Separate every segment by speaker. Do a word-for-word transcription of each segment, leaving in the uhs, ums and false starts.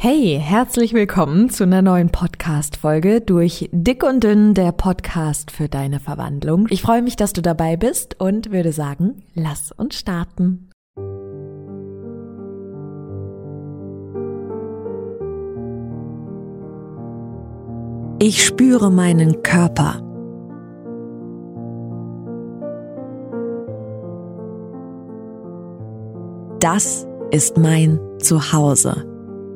Speaker 1: Hey, herzlich willkommen zu einer neuen Podcast-Folge durch Dick und Dünn, der Podcast für deine Verwandlung. Ich freue mich, dass du dabei bist und würde sagen, lass uns starten. Ich spüre meinen Körper. Das ist mein Zuhause.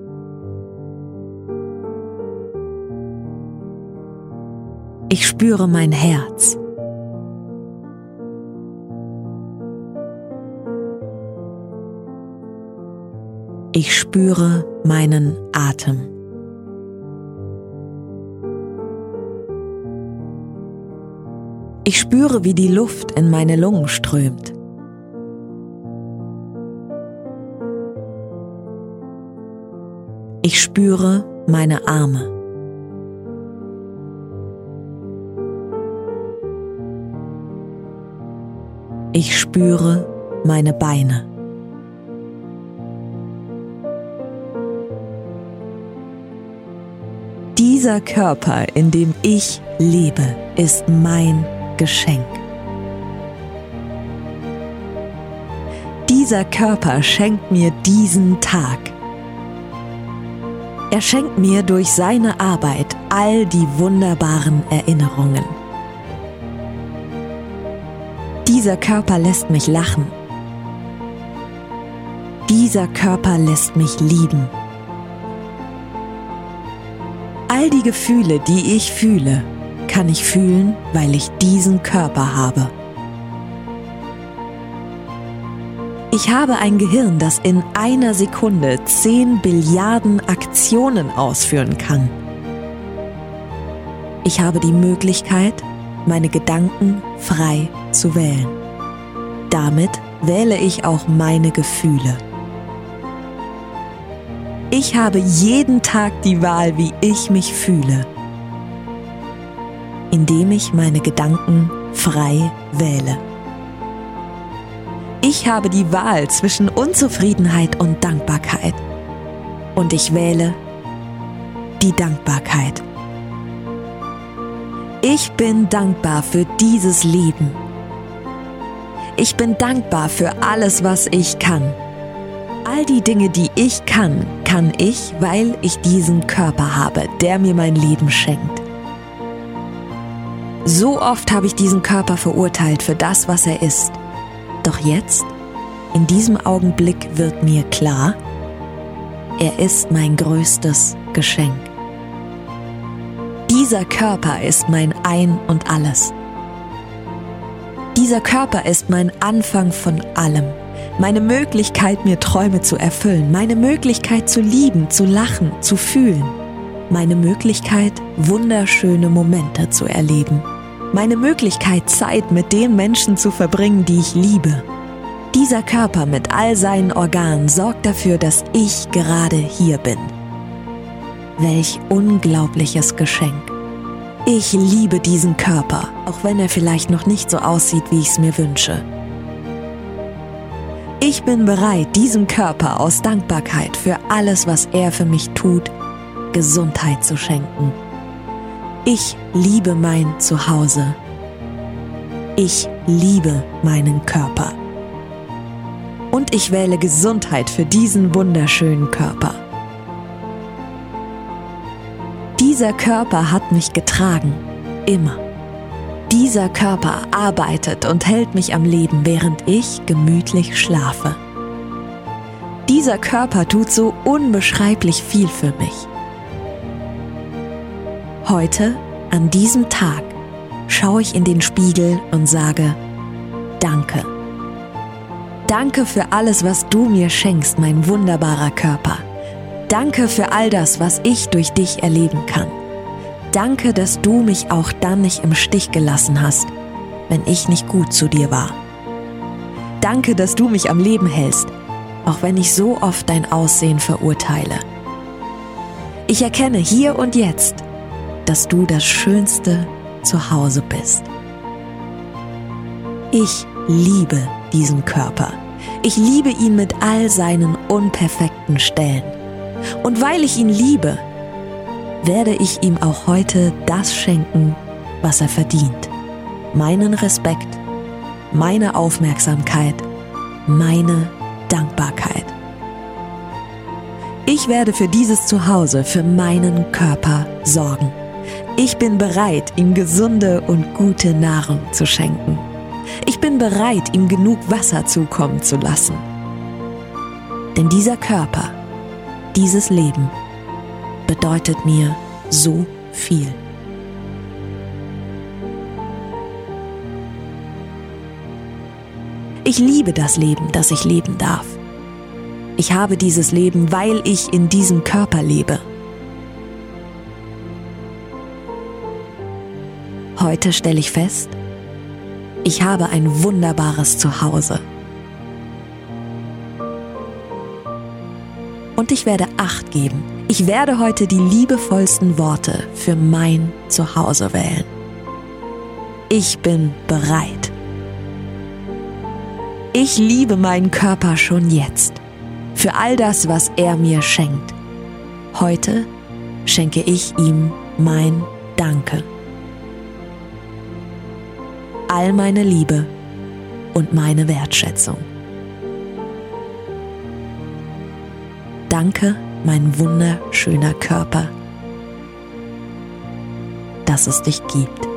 Speaker 1: Ich spüre mein Herz. Ich spüre meinen Atem. Ich spüre, wie die Luft in meine Lungen strömt. Ich spüre meine Arme. Ich spüre meine Beine. Dieser Körper, in dem ich lebe, ist mein Geschenk. Dieser Körper schenkt mir diesen Tag. Er schenkt mir durch seine Arbeit all die wunderbaren Erinnerungen. Dieser Körper lässt mich lachen. Dieser Körper lässt mich lieben. All die Gefühle, die ich fühle, kann ich fühlen, weil ich diesen Körper habe. Ich habe ein Gehirn, das in einer Sekunde zehn Billiarden Aktionen ausführen kann. Ich habe die Möglichkeit, meine Gedanken frei zu wählen. Damit wähle ich auch meine Gefühle. Ich habe jeden Tag die Wahl, wie ich mich fühle, indem ich meine Gedanken frei wähle. Ich habe die Wahl zwischen Unzufriedenheit und Dankbarkeit. Und ich wähle die Dankbarkeit. Ich bin dankbar für dieses Leben. Ich bin dankbar für alles, was ich kann. All die Dinge, die ich kann, kann ich, weil ich diesen Körper habe, der mir mein Leben schenkt. So oft habe ich diesen Körper verurteilt für das, was er ist. Doch jetzt, in diesem Augenblick, wird mir klar, er ist mein größtes Geschenk. Dieser Körper ist mein Ein und Alles. Dieser Körper ist mein Anfang von allem, meine Möglichkeit, mir Träume zu erfüllen, meine Möglichkeit zu lieben, zu lachen, zu fühlen, meine Möglichkeit, wunderschöne Momente zu erleben, meine Möglichkeit, Zeit mit den Menschen zu verbringen, die ich liebe. Dieser Körper mit all seinen Organen sorgt dafür, dass ich gerade hier bin. Welch unglaubliches Geschenk. Ich liebe diesen Körper, auch wenn er vielleicht noch nicht so aussieht, wie ich es mir wünsche. Ich bin bereit, diesem Körper aus Dankbarkeit für alles, was er für mich tut, Gesundheit zu schenken. Ich liebe mein Zuhause. Ich liebe meinen Körper. Und ich wähle Gesundheit für diesen wunderschönen Körper. Dieser Körper hat mich getragen, immer. Dieser Körper arbeitet und hält mich am Leben, während ich gemütlich schlafe. Dieser Körper tut so unbeschreiblich viel für mich. Heute, an diesem Tag, schaue ich in den Spiegel und sage, Danke. Danke für alles, was du mir schenkst, mein wunderbarer Körper. Danke für all das, was ich durch dich erleben kann. Danke, dass du mich auch dann nicht im Stich gelassen hast, wenn ich nicht gut zu dir war. Danke, dass du mich am Leben hältst, auch wenn ich so oft dein Aussehen verurteile. Ich erkenne hier und jetzt, dass du das schönste Zuhause bist. Ich liebe diesen Körper. Ich liebe ihn mit all seinen unperfekten Stellen. Und weil ich ihn liebe, werde ich ihm auch heute das schenken, was er verdient. Meinen Respekt, meine Aufmerksamkeit, meine Dankbarkeit. Ich werde für dieses Zuhause, für meinen Körper sorgen. Ich bin bereit, ihm gesunde und gute Nahrung zu schenken. Ich bin bereit, ihm genug Wasser zukommen zu lassen. Denn dieser Körper, dieses Leben bedeutet mir so viel. Ich liebe das Leben, das ich leben darf. Ich habe dieses Leben, weil ich in diesem Körper lebe. Heute stelle ich fest, ich habe ein wunderbares Zuhause. Und ich werde Acht geben. Ich werde heute die liebevollsten Worte für mein Zuhause wählen. Ich bin bereit. Ich liebe meinen Körper schon jetzt. Für all das, was er mir schenkt. Heute schenke ich ihm mein Danke. All meine Liebe und meine Wertschätzung. Danke, mein wunderschöner Körper, dass es dich gibt.